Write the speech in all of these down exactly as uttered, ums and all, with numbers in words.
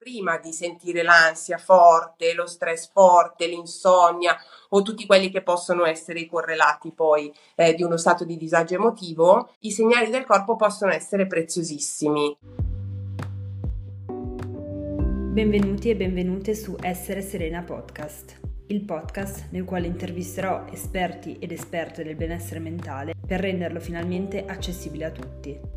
prima di sentire l'ansia forte, lo stress forte, l'insonnia o tutti quelli che possono essere i correlati poi eh, di uno stato di disagio emotivo, i segnali del corpo possono essere preziosissimi. Benvenuti e benvenute su Essere Serena Podcast, il podcast nel quale intervisterò esperti ed esperte del benessere mentale per renderlo finalmente accessibile a tutti.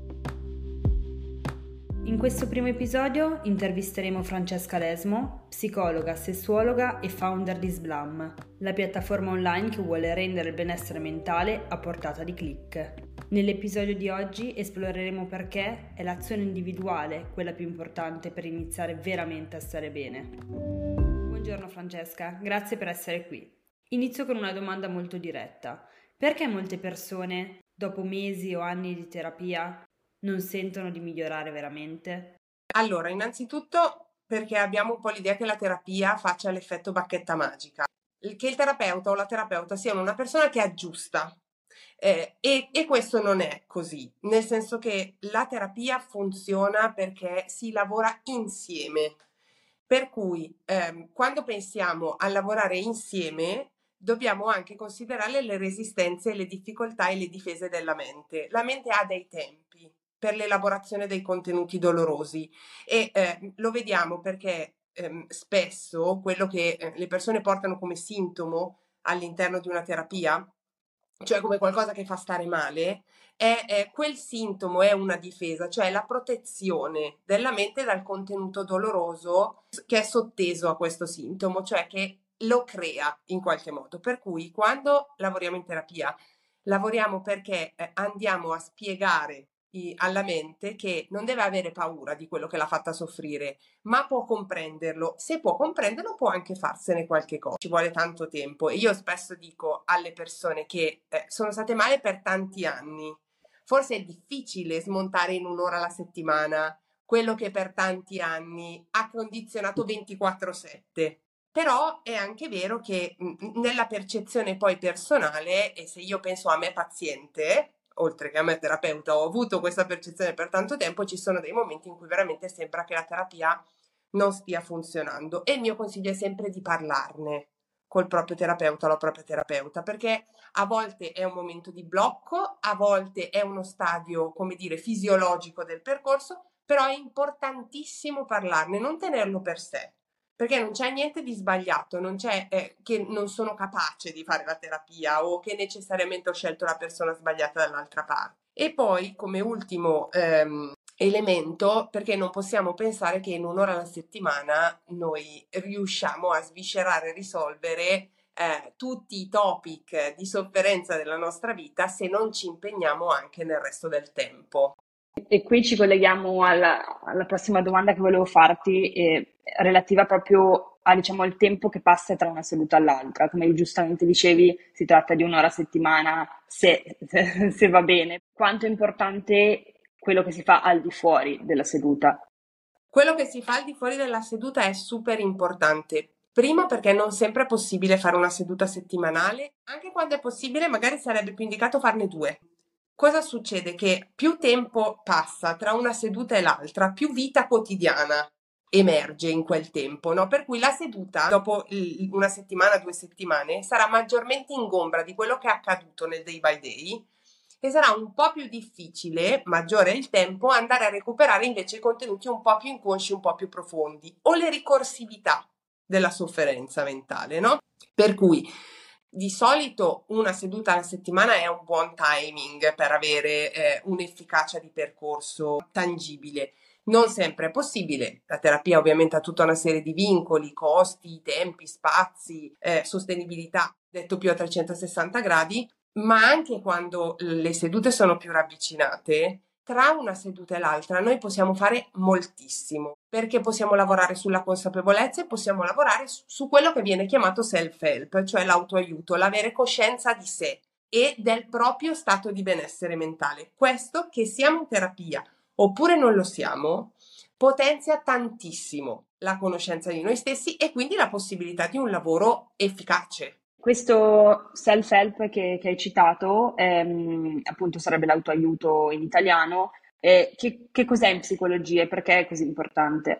In questo primo episodio intervisteremo Francesca Lesmo, psicologa, sessuologa e founder di Sblam, la piattaforma online che vuole rendere il benessere mentale a portata di click. Nell'episodio di oggi esploreremo perché è l'azione individuale quella più importante per iniziare veramente a stare bene. Buongiorno Francesca, grazie per essere qui. Inizio con una domanda molto diretta. Perché molte persone, dopo mesi o anni di terapia, non sentono di migliorare veramente? Allora, innanzitutto perché abbiamo un po' l'idea che la terapia faccia l'effetto bacchetta magica, che il terapeuta o la terapeuta siano una persona che aggiusta. Eh, e, e questo non è così, nel senso che la terapia funziona perché si lavora insieme. Per cui ehm, quando pensiamo a lavorare insieme, dobbiamo anche considerare le resistenze, le difficoltà e le difese della mente. La mente ha dei tempi per l'elaborazione dei contenuti dolorosi e eh, lo vediamo perché ehm, spesso quello che eh, le persone portano come sintomo all'interno di una terapia, cioè come qualcosa che fa stare male, è, è quel sintomo è una difesa, cioè la protezione della mente dal contenuto doloroso che è sotteso a questo sintomo, cioè che lo crea in qualche modo. Per cui quando lavoriamo in terapia, lavoriamo perché eh, andiamo a spiegare i- alla mente che non deve avere paura di quello che l'ha fatta soffrire, ma può comprenderlo. Se può comprenderlo, può anche farsene qualche cosa. Ci vuole tanto tempo. E io spesso dico alle persone che eh, sono state male per tanti anni. Forse è difficile smontare in un'ora alla settimana quello che per tanti anni ha condizionato ventiquattro sette. Però è anche vero che mh, nella percezione poi personale, e se io penso a me paziente, oltre che a me terapeuta, ho avuto questa percezione per tanto tempo, ci sono dei momenti in cui veramente sembra che la terapia non stia funzionando. E il mio consiglio è sempre di parlarne col proprio terapeuta o la propria terapeuta, perché a volte è un momento di blocco, a volte è uno stadio, come dire, fisiologico del percorso, però è importantissimo parlarne, non tenerlo per sé. Perché non c'è niente di sbagliato, non c'è eh, che non sono capace di fare la terapia o che necessariamente ho scelto la persona sbagliata dall'altra parte. E poi, come ultimo ehm, elemento, perché non possiamo pensare che in un'ora alla settimana noi riusciamo a sviscerare e risolvere eh, tutti i topic di sofferenza della nostra vita se non ci impegniamo anche nel resto del tempo. E qui ci colleghiamo alla, alla prossima domanda che volevo farti, eh, relativa proprio a, diciamo, il tempo che passa tra una seduta all'altra. Come giustamente dicevi, si tratta di un'ora a settimana, se, se va bene. Quanto è importante quello che si fa al di fuori della seduta? Quello che si fa al di fuori della seduta è super importante. Primo perché non sempre è possibile fare una seduta settimanale, anche quando è possibile magari sarebbe più indicato farne due. Cosa succede? Che più tempo passa tra una seduta e l'altra, più vita quotidiana emerge in quel tempo, no? Per cui la seduta, dopo il- una settimana, due settimane, sarà maggiormente ingombra di quello che è accaduto nel day by day e sarà un po' più difficile, maggiore il tempo, andare a recuperare invece i contenuti un po' più inconsci, un po' più profondi, o le ricorsività della sofferenza mentale, no? Per cui di solito una seduta alla settimana è un buon timing per avere eh, un'efficacia di percorso tangibile. Non sempre è possibile, la terapia ovviamente ha tutta una serie di vincoli, costi, tempi, spazi, eh, sostenibilità, detto più a trecentosessanta gradi, ma anche quando le sedute sono più ravvicinate, tra una seduta e l'altra noi possiamo fare moltissimo, perché possiamo lavorare sulla consapevolezza e possiamo lavorare su, su quello che viene chiamato self-help, cioè l'autoaiuto, l'avere coscienza di sé e del proprio stato di benessere mentale. Questo, che siamo in terapia oppure non lo siamo, potenzia tantissimo la conoscenza di noi stessi e quindi la possibilità di un lavoro efficace. Questo self-help che, che hai citato, ehm, appunto sarebbe l'autoaiuto in italiano. Eh, che, che cos'è in psicologia e perché è così importante?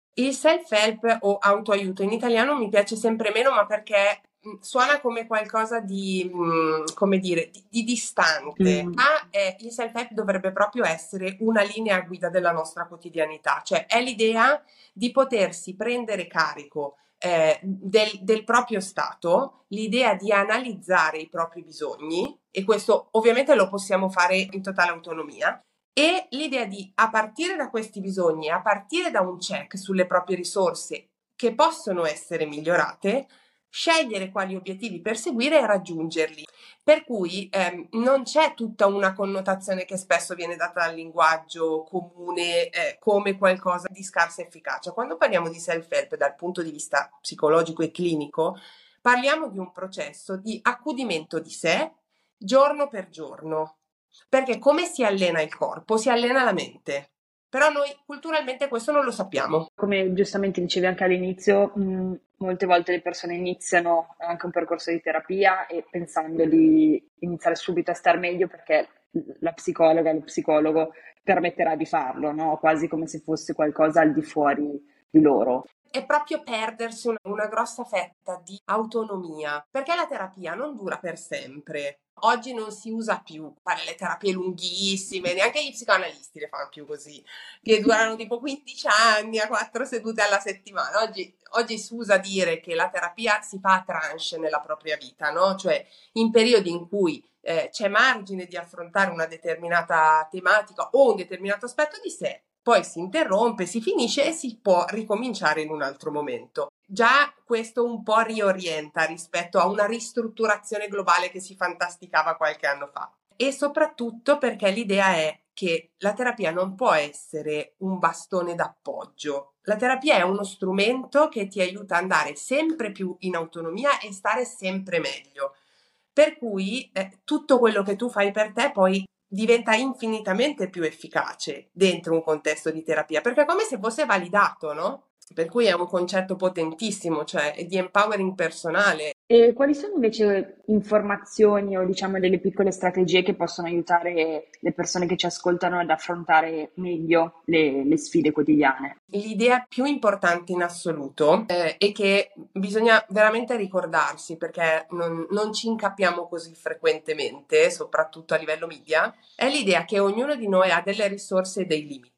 Il self-help o autoaiuto in italiano mi piace sempre meno, ma perché mh, suona come qualcosa di, mh, come dire, di, di distante. Mm. Ma eh, il self-help dovrebbe proprio essere una linea guida della nostra quotidianità, cioè è l'idea di potersi prendere carico eh, del, del proprio stato, l'idea di analizzare i propri bisogni, e questo ovviamente lo possiamo fare in totale autonomia, e l'idea di, a partire da questi bisogni, a partire da un check sulle proprie risorse che possono essere migliorate, scegliere quali obiettivi perseguire e raggiungerli. Per cui ehm, non c'è tutta una connotazione che spesso viene data dal linguaggio comune eh, come qualcosa di scarsa efficacia. Quando parliamo di self-help dal punto di vista psicologico e clinico, parliamo di un processo di accudimento di sé giorno per giorno. Perché come si allena il corpo, si allena la mente. Però noi culturalmente questo non lo sappiamo. Come giustamente dicevi anche all'inizio, mh, molte volte le persone iniziano anche un percorso di terapia e pensando di iniziare subito a star meglio perché la psicologa, lo psicologo permetterà di farlo, no? Quasi come se fosse qualcosa al di fuori di loro. È proprio perdersi una, una grossa fetta di autonomia, perché la terapia non dura per sempre. Oggi non si usa più fare le terapie lunghissime, neanche gli psicoanalisti le fanno più così, che durano tipo quindici anni a quattro sedute alla settimana. Oggi, oggi si usa dire che la terapia si fa a tranche nella propria vita, no? Cioè in periodi in cui eh, c'è margine di affrontare una determinata tematica o un determinato aspetto di sé, poi si interrompe, si finisce e si può ricominciare in un altro momento. Già questo un po' riorienta rispetto a una ristrutturazione globale che si fantasticava qualche anno fa. E soprattutto perché l'idea è che la terapia non può essere un bastone d'appoggio. La terapia è uno strumento che ti aiuta ad andare sempre più in autonomia e stare sempre meglio. Per cui eh, tutto quello che tu fai per te poi diventa infinitamente più efficace dentro un contesto di terapia, perché è come se fosse validato, no? Per cui è un concetto potentissimo, cioè di empowering personale. E quali sono invece informazioni o diciamo delle piccole strategie che possono aiutare le persone che ci ascoltano ad affrontare meglio le, le sfide quotidiane? L'idea più importante in assoluto eh, e che bisogna veramente ricordarsi perché non, non ci incappiamo così frequentemente, soprattutto a livello media, è l'idea che ognuno di noi ha delle risorse e dei limiti.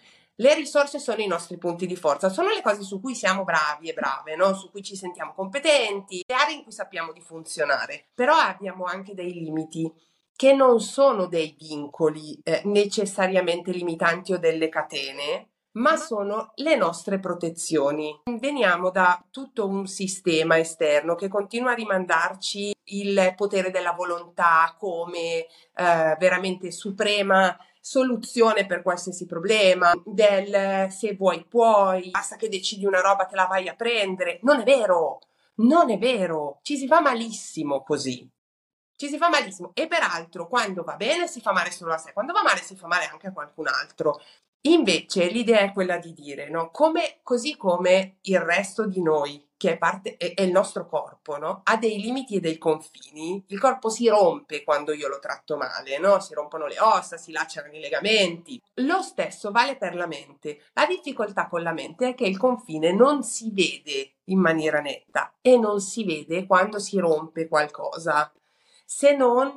Le risorse sono i nostri punti di forza, sono le cose su cui siamo bravi e brave, no? Su cui ci sentiamo competenti, le aree in cui sappiamo di funzionare. Però abbiamo anche dei limiti che non sono dei vincoli eh, necessariamente limitanti o delle catene, ma sono le nostre protezioni. Veniamo da tutto un sistema esterno che continua a rimandarci il potere della volontà come eh, veramente suprema soluzione per qualsiasi problema, del se vuoi puoi, basta che decidi una roba te la vai a prendere. Non è vero, non è vero, ci si fa malissimo così. Ci si fa malissimo e peraltro quando va bene si fa male solo a sé, quando va male si fa male anche a qualcun altro. Invece l'idea è quella di dire, no? Come, così come il resto di noi, che è parte, è, è il nostro corpo, no? Ha dei limiti e dei confini. Il corpo si rompe quando io lo tratto male, no? Si rompono le ossa, si lacerano i legamenti. Lo stesso vale per la mente. La difficoltà con la mente è che il confine non si vede in maniera netta e non si vede quando si rompe qualcosa, se non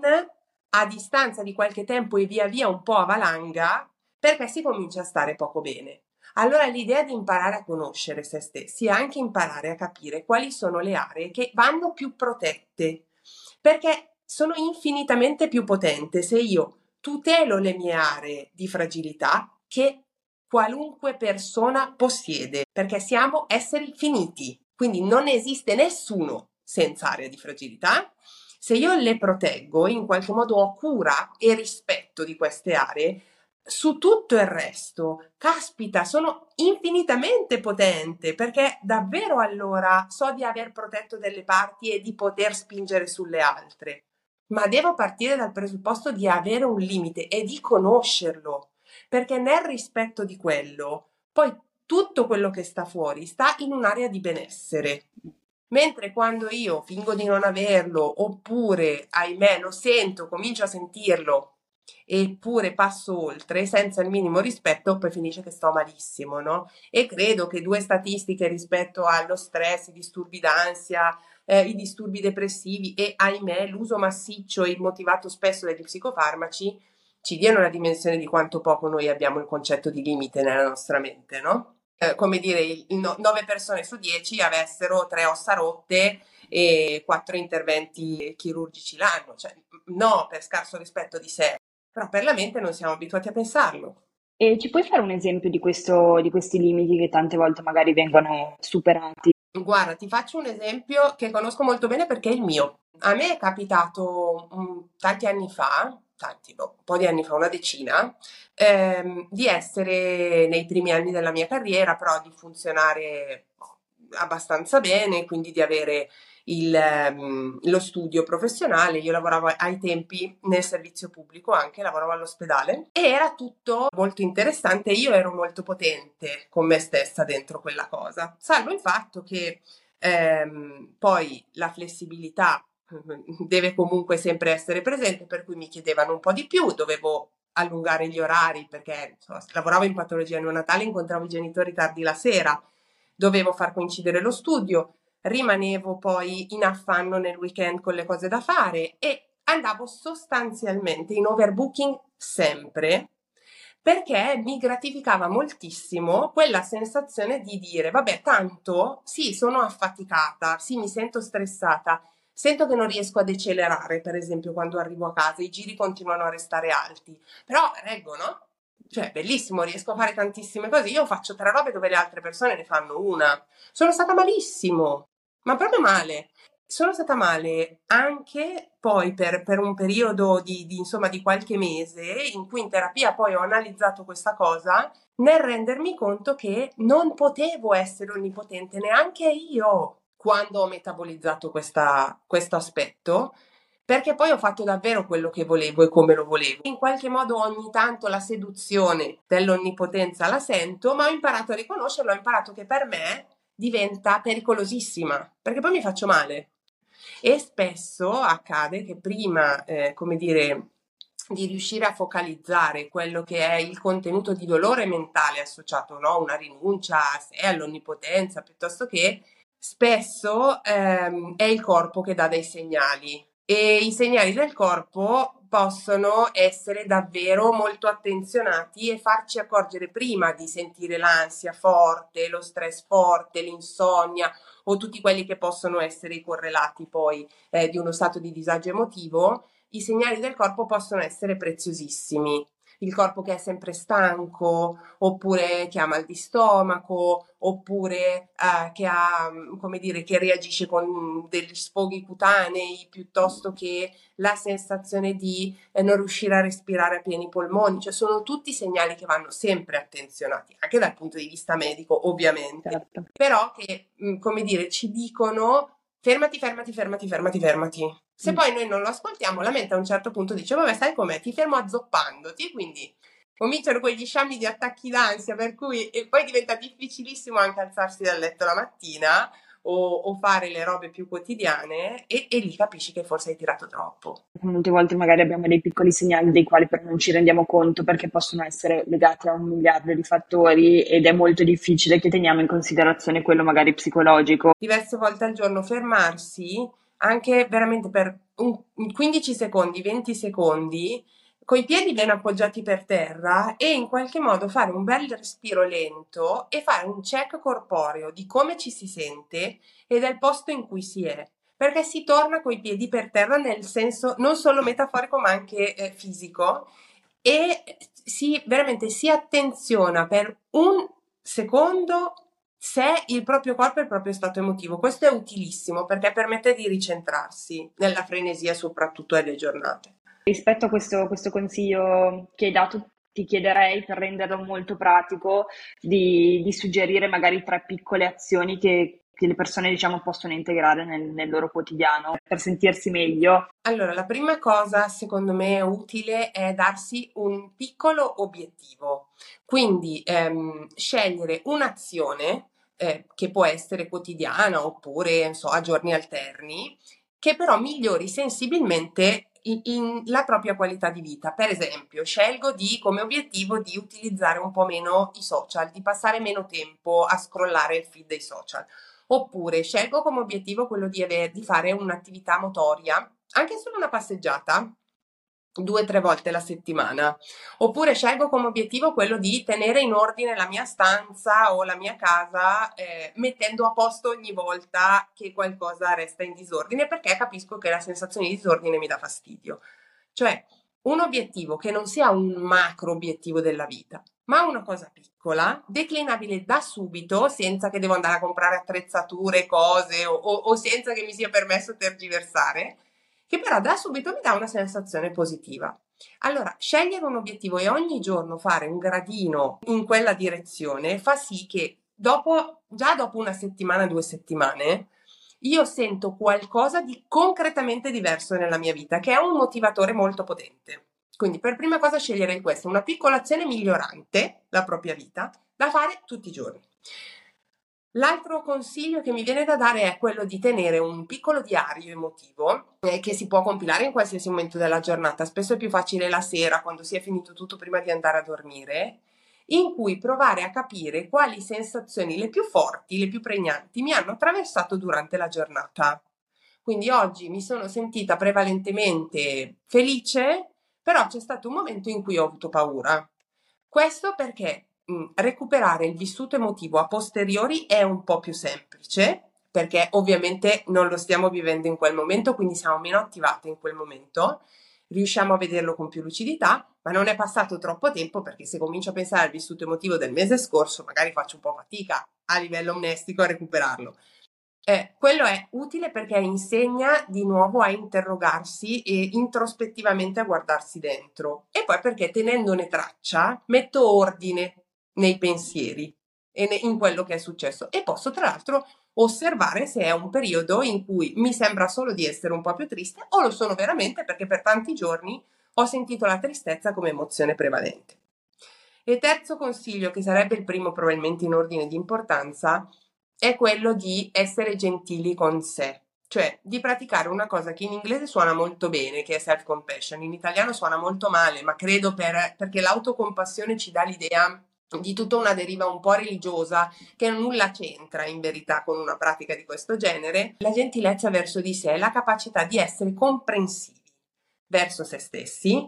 a distanza di qualche tempo e via via un po' a valanga, perché si comincia a stare poco bene. Allora l'idea di imparare a conoscere se stessi è anche imparare a capire quali sono le aree che vanno più protette, perché sono infinitamente più potente se io tutelo le mie aree di fragilità che qualunque persona possiede, perché siamo esseri finiti, quindi non esiste nessuno senza area di fragilità. Se io le proteggo, in qualche modo ho cura e rispetto di queste aree, su tutto il resto, caspita, sono infinitamente potente perché davvero allora so di aver protetto delle parti e di poter spingere sulle altre. Ma devo partire dal presupposto di avere un limite e di conoscerlo, perché nel rispetto di quello, poi tutto quello che sta fuori sta in un'area di benessere. Mentre quando io fingo di non averlo, oppure, ahimè, lo sento, comincio a sentirlo eppure passo oltre senza il minimo rispetto, poi finisce che sto malissimo, no? E credo che due statistiche rispetto allo stress, i disturbi d'ansia, eh, i disturbi depressivi e, ahimè, l'uso massiccio e immotivato spesso degli psicofarmaci ci diano la dimensione di quanto poco noi abbiamo il concetto di limite nella nostra mente, no? Eh, come dire, il, no, nove persone su dieci avessero tre ossa rotte e quattro interventi chirurgici l'anno, cioè no, per scarso rispetto di sé, però per la mente non siamo abituati a pensarlo. E ci puoi fare un esempio di questo, di questi limiti che tante volte magari vengono superati? Guarda, ti faccio un esempio che conosco molto bene perché è il mio. A me è capitato mm, tanti anni fa, tanti, no, un po' di anni fa, una decina, ehm, di essere nei primi anni della mia carriera, però di funzionare abbastanza bene, quindi di avere il, ehm, lo studio professionale. Io lavoravo ai tempi nel servizio pubblico, anche lavoravo all'ospedale e era tutto molto interessante. Io ero molto potente con me stessa dentro quella cosa, salvo il fatto che ehm, poi la flessibilità deve comunque sempre essere presente, per cui mi chiedevano un po' di più, dovevo allungare gli orari perché insomma, lavoravo in patologia neonatale, incontravo i genitori tardi la sera, dovevo far coincidere lo studio, rimanevo poi in affanno nel weekend con le cose da fare e andavo sostanzialmente in overbooking sempre perché mi gratificava moltissimo quella sensazione di dire, vabbè, tanto sì, sono affaticata, sì, mi sento stressata, sento che non riesco a decelerare, per esempio, quando arrivo a casa, i giri continuano a restare alti, però reggo, no? Cioè, bellissimo, riesco a fare tantissime cose. Io faccio tre robe dove le altre persone ne fanno una. Sono stata malissimo, ma proprio male. Sono stata male anche poi per, per un periodo di, di, insomma, di qualche mese in cui in terapia poi ho analizzato questa cosa nel rendermi conto che non potevo essere onnipotente neanche io quando ho metabolizzato questa, questo aspetto, perché poi ho fatto davvero quello che volevo e come lo volevo. In qualche modo ogni tanto la seduzione dell'onnipotenza la sento, ma ho imparato a riconoscerlo, ho imparato che per me diventa pericolosissima, perché poi mi faccio male. E spesso accade che prima, eh, come dire, di riuscire a focalizzare quello che è il contenuto di dolore mentale associato, no? Una rinuncia a sé, all'onnipotenza, piuttosto che spesso ehm, è il corpo che dà dei segnali e i segnali del corpo possono essere davvero molto attenzionati e farci accorgere prima di sentire l'ansia forte, lo stress forte, l'insonnia o tutti quelli che possono essere i correlati poi eh, di uno stato di disagio emotivo. I segnali del corpo possono essere preziosissimi. Il corpo che è sempre stanco, oppure che ha mal di stomaco, oppure eh, che ha, come dire, che reagisce con degli sfoghi cutanei piuttosto che la sensazione di eh, non riuscire a respirare a pieni polmoni, cioè sono tutti segnali che vanno sempre attenzionati, anche dal punto di vista medico, ovviamente, Certo. però che, mh, come dire, ci dicono fermati, fermati, fermati, fermati, fermati. Se Mm. poi noi non lo ascoltiamo, la mente a un certo punto dice, vabbè, sai com'è, ti fermo azzoppandoti, quindi cominciano quegli sciami di attacchi d'ansia, per cui e poi diventa difficilissimo anche alzarsi dal letto la mattina o, o fare le robe più quotidiane e, e lì capisci che forse hai tirato troppo. Molte volte magari abbiamo dei piccoli segnali dei quali però non ci rendiamo conto perché possono essere legati a un miliardo di fattori ed è molto difficile che teniamo in considerazione quello magari psicologico. Diverse volte al giorno fermarsi, anche veramente per un, quindici secondi, venti secondi, coi piedi ben appoggiati per terra e in qualche modo fare un bel respiro lento e fare un check corporeo di come ci si sente e del posto in cui si è. Perché si torna coi piedi per terra nel senso non solo metaforico ma anche eh, fisico e si veramente si attenziona per un secondo se il proprio corpo e il proprio stato emotivo. Questo è utilissimo perché permette di ricentrarsi nella frenesia soprattutto delle giornate. Rispetto a questo, questo consiglio che hai dato, ti chiederei, per renderlo molto pratico, di, di suggerire magari tre piccole azioni che, che le persone, diciamo, possono integrare nel, nel loro quotidiano per sentirsi meglio. Allora, la prima cosa secondo me utile è darsi un piccolo obiettivo, quindi ehm, scegliere un'azione eh, che può essere quotidiana oppure, non so, a giorni alterni, che però migliori sensibilmente in, in la propria qualità di vita. Per esempio, scelgo di, come obiettivo di utilizzare un po' meno i social, di passare meno tempo a scrollare il feed dei social. Oppure scelgo come obiettivo quello di, avere, di fare un'attività motoria, anche solo una passeggiata, due o tre volte la settimana. Oppure scelgo come obiettivo quello di tenere in ordine la mia stanza o la mia casa, eh, mettendo a posto ogni volta che qualcosa resta in disordine, perché capisco che la sensazione di disordine mi dà fastidio. Cioè, un obiettivo che non sia un macro obiettivo della vita, ma una cosa piccola, declinabile da subito, senza che devo andare a comprare attrezzature, cose o, o, o senza che mi sia permesso tergiversare, che però da subito mi dà una sensazione positiva. Allora, scegliere un obiettivo e ogni giorno fare un gradino in quella direzione fa sì che dopo, già dopo una settimana, due settimane, io sento qualcosa di concretamente diverso nella mia vita, che è un motivatore molto potente. Quindi per prima cosa sceglierei questa, una piccola azione migliorante la propria vita da fare tutti i giorni. L'altro consiglio che mi viene da dare è quello di tenere un piccolo diario emotivo eh, che si può compilare in qualsiasi momento della giornata. Spesso è più facile la sera, quando si è finito tutto prima di andare a dormire, in cui provare a capire quali sensazioni le più forti, le più pregnanti mi hanno attraversato durante la giornata. Quindi oggi mi sono sentita prevalentemente felice, però c'è stato un momento in cui ho avuto paura. Questo perché mh, recuperare il vissuto emotivo a posteriori è un po' più semplice, perché ovviamente non lo stiamo vivendo in quel momento, quindi siamo meno attivate in quel momento, riusciamo a vederlo con più lucidità, ma non è passato troppo tempo, perché se comincio a pensare al vissuto emotivo del mese scorso, magari faccio un po' fatica a livello amnestico a recuperarlo. Eh, quello è utile perché insegna di nuovo a interrogarsi e introspettivamente a guardarsi dentro. E poi perché tenendone traccia metto ordine nei pensieri e ne- in quello che è successo. E posso tra l'altro osservare se è un periodo in cui mi sembra solo di essere un po' più triste o lo sono veramente perché per tanti giorni ho sentito la tristezza come emozione prevalente. E terzo consiglio, che sarebbe il primo probabilmente in ordine di importanza, è quello di essere gentili con sé, cioè di praticare una cosa che in inglese suona molto bene, che è self-compassion, in italiano suona molto male, ma credo per, perché l'autocompassione ci dà l'idea di tutta una deriva un po' religiosa che nulla c'entra in verità con una pratica di questo genere. La gentilezza verso di sé è la capacità di essere comprensivi verso se stessi,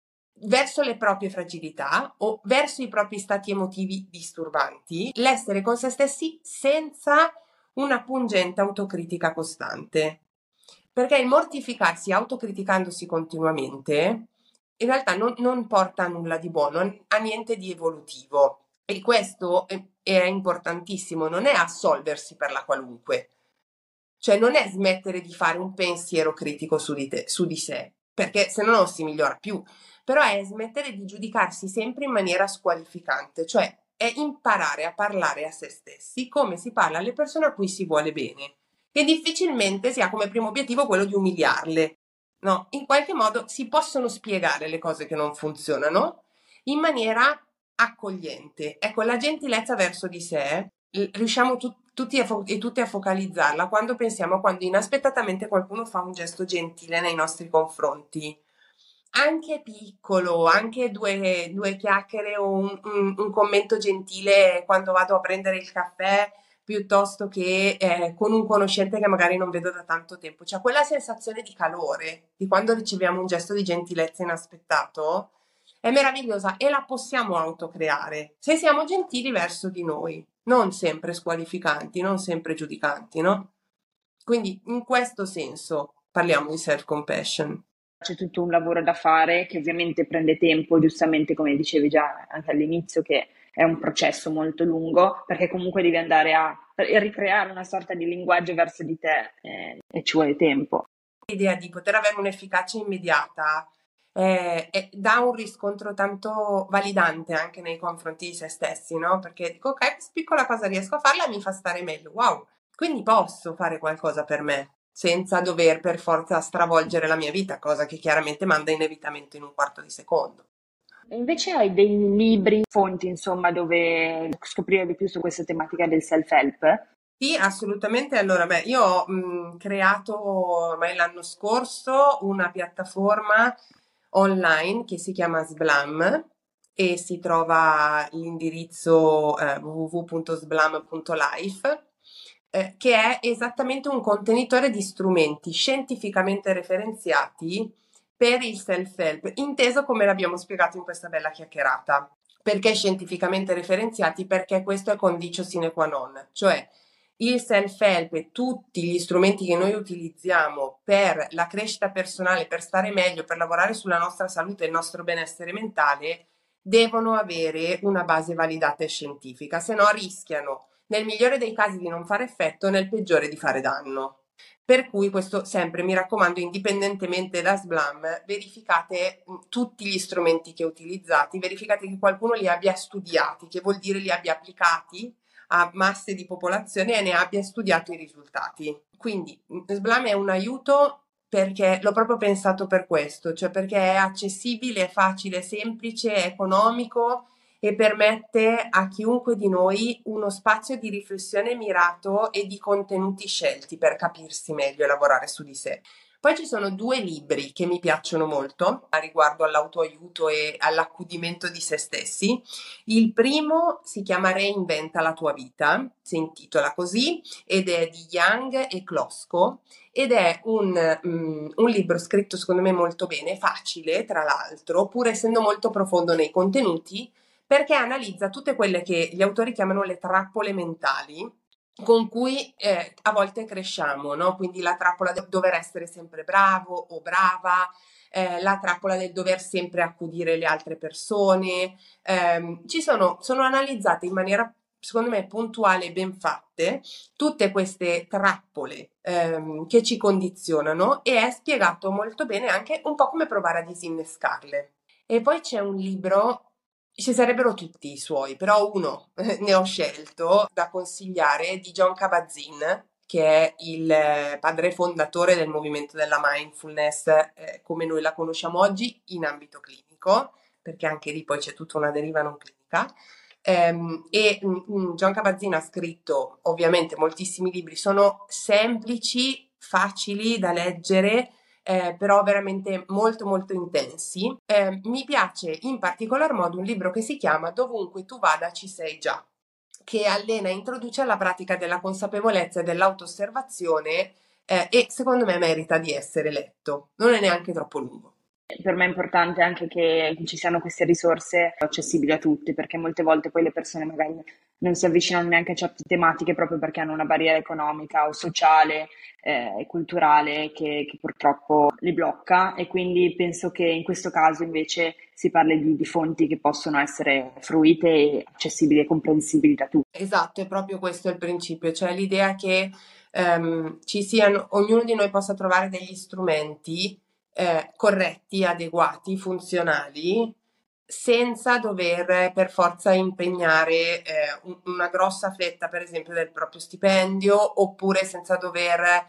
verso le proprie fragilità o verso i propri stati emotivi disturbanti, l'essere con se stessi senza una pungente autocritica costante. Perché il mortificarsi autocriticandosi continuamente in realtà non, non porta a nulla di buono, a niente di evolutivo. E questo è, è importantissimo, non è assolversi per la qualunque. Cioè non è smettere di fare un pensiero critico su di, te, su di sé, perché se no non si migliora più, però è smettere di giudicarsi sempre in maniera squalificante, cioè è imparare a parlare a se stessi come si parla alle persone a cui si vuole bene, che difficilmente si ha come primo obiettivo quello di umiliarle, no? In qualche modo si possono spiegare le cose che non funzionano in maniera accogliente. Ecco, la gentilezza verso di sé l- riusciamo tu- tutti a fo- e tutte a focalizzarla quando pensiamo a quando inaspettatamente qualcuno fa un gesto gentile nei nostri confronti. Anche piccolo, anche due, due chiacchiere o un, un- un commento gentile quando vado a prendere il caffè, piuttosto che eh, con un conoscente che magari non vedo da tanto tempo. Cioè quella sensazione di calore, di quando riceviamo un gesto di gentilezza inaspettato, è meravigliosa e la possiamo autocreare se siamo gentili verso di noi, non sempre squalificanti, non sempre giudicanti, no? Quindi in questo senso parliamo di self-compassion. C'è tutto un lavoro da fare che ovviamente prende tempo, giustamente come dicevi già anche all'inizio, che è un processo molto lungo, perché comunque devi andare a ricreare una sorta di linguaggio verso di te eh, e ci vuole tempo. L'idea di poter avere un'efficacia immediata eh, e dà un riscontro tanto validante anche nei confronti di se stessi, no? Perché dico, ok, questa piccola cosa riesco a farla e mi fa stare meglio, wow, quindi posso fare qualcosa per me, senza dover per forza stravolgere la mia vita, cosa che chiaramente manda inevitamente in un quarto di secondo. Invece hai dei libri, fonti, insomma, dove scoprire di più su questa tematica del self-help? Sì, assolutamente. Allora, beh, io ho mh, creato ormai l'anno scorso una piattaforma online che si chiama Sblam e si trova l'indirizzo eh, w w w punto sblam punto life, eh, che è esattamente un contenitore di strumenti scientificamente referenziati per il self-help, inteso come l'abbiamo spiegato in questa bella chiacchierata. Perché scientificamente referenziati? Perché questo è condicio sine qua non, cioè il self-help e tutti gli strumenti che noi utilizziamo per la crescita personale, per stare meglio, per lavorare sulla nostra salute e il nostro benessere mentale, devono avere una base validata e scientifica, se no rischiano nel migliore dei casi di non fare effetto, nel peggiore di fare danno. Per cui questo sempre mi raccomando, indipendentemente da Sblam, verificate mh, tutti gli strumenti che utilizzate, verificate che qualcuno li abbia studiati, che vuol dire li abbia applicati a masse di popolazione e ne abbia studiato i risultati. Quindi Sblam è un aiuto perché l'ho proprio pensato per questo, cioè perché è accessibile, è facile, è semplice, è economico e permette a chiunque di noi uno spazio di riflessione mirato e di contenuti scelti per capirsi meglio e lavorare su di sé. Poi ci sono due libri che mi piacciono molto a riguardo all'autoaiuto e all'accudimento di se stessi. Il primo si chiama Reinventa la tua vita, si intitola così, ed è di Young e Klosko, ed è un, um, un libro scritto secondo me molto bene, facile tra l'altro, pur essendo molto profondo nei contenuti, perché analizza tutte quelle che gli autori chiamano le trappole mentali con cui eh, a volte cresciamo, no? Quindi la trappola del dover essere sempre bravo o brava, eh, la trappola del dover sempre accudire le altre persone. Ehm, ci sono, sono analizzate in maniera, secondo me, puntuale e ben fatte tutte queste trappole ehm, che ci condizionano e è spiegato molto bene anche un po' come provare a disinnescarle. E poi c'è un libro, ci sarebbero tutti i suoi, però uno eh, ne ho scelto da consigliare di John Kabat-Zinn, che è il eh, padre fondatore del movimento della mindfulness eh, come noi la conosciamo oggi in ambito clinico, perché anche lì poi c'è tutta una deriva non clinica. Ehm, e mm, John Kabat-Zinn ha scritto ovviamente moltissimi libri, sono semplici, facili da leggere, eh, però veramente molto molto intensi. Eh, mi piace in particolar modo un libro che si chiama Dovunque tu vada ci sei già, che allena e introduce alla pratica della consapevolezza e dell'auto-osservazione eh, e secondo me merita di essere letto. Non è neanche troppo lungo. Per me è importante anche che ci siano queste risorse accessibili a tutti, perché molte volte poi le persone magari non si avvicinano neanche a certe tematiche proprio perché hanno una barriera economica o sociale eh, e culturale che, che purtroppo li blocca, e quindi penso che in questo caso invece si parli di, di fonti che possono essere fruite e accessibili e comprensibili da tutti. Esatto, è proprio questo il principio, cioè l'idea che ehm, ci siano, ognuno di noi possa trovare degli strumenti eh, corretti, adeguati, funzionali, senza dover per forza impegnare eh, un- una grossa fetta, per esempio, del proprio stipendio, oppure senza dover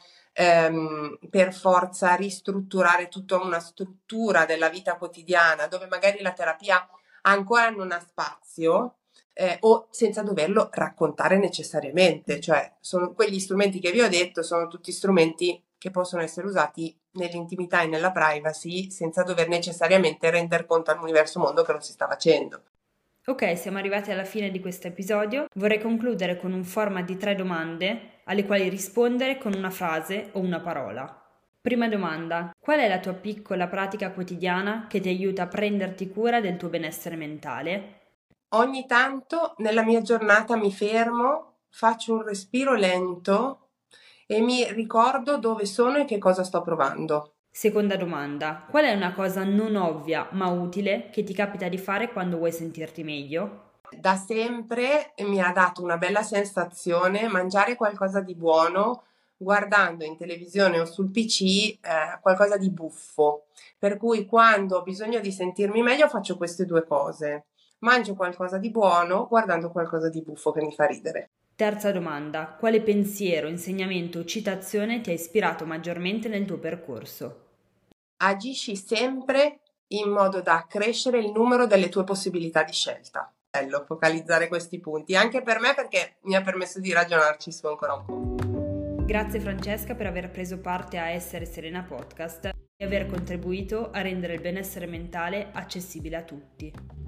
ehm, per forza ristrutturare tutta una struttura della vita quotidiana, dove magari la terapia ancora non ha spazio eh, o senza doverlo raccontare necessariamente, cioè sono quegli strumenti che vi ho detto, sono tutti strumenti che possono essere usati nell'intimità e nella privacy senza dover necessariamente render conto all'universo mondo che lo si sta facendo. Ok, siamo arrivati alla fine di questo episodio. Vorrei concludere con un format di tre domande alle quali rispondere con una frase o una parola. Prima domanda: qual è la tua piccola pratica quotidiana che ti aiuta a prenderti cura del tuo benessere mentale? Ogni tanto nella mia giornata mi fermo, faccio un respiro lento e mi ricordo dove sono e che cosa sto provando. Seconda domanda: qual è una cosa non ovvia ma utile che ti capita di fare quando vuoi sentirti meglio? Da sempre mi ha dato una bella sensazione mangiare qualcosa di buono guardando in televisione o sul P C eh, qualcosa di buffo. Per cui quando ho bisogno di sentirmi meglio faccio queste due cose. Mangio qualcosa di buono guardando qualcosa di buffo che mi fa ridere. Terza domanda: quale pensiero, insegnamento o citazione ti ha ispirato maggiormente nel tuo percorso? Agisci sempre in modo da accrescere il numero delle tue possibilità di scelta. bello focalizzare questi punti, anche per me perché mi ha permesso di ragionarci su ancora un po'. Grazie Francesca per aver preso parte a Essere Serena Podcast e aver contribuito a rendere il benessere mentale accessibile a tutti.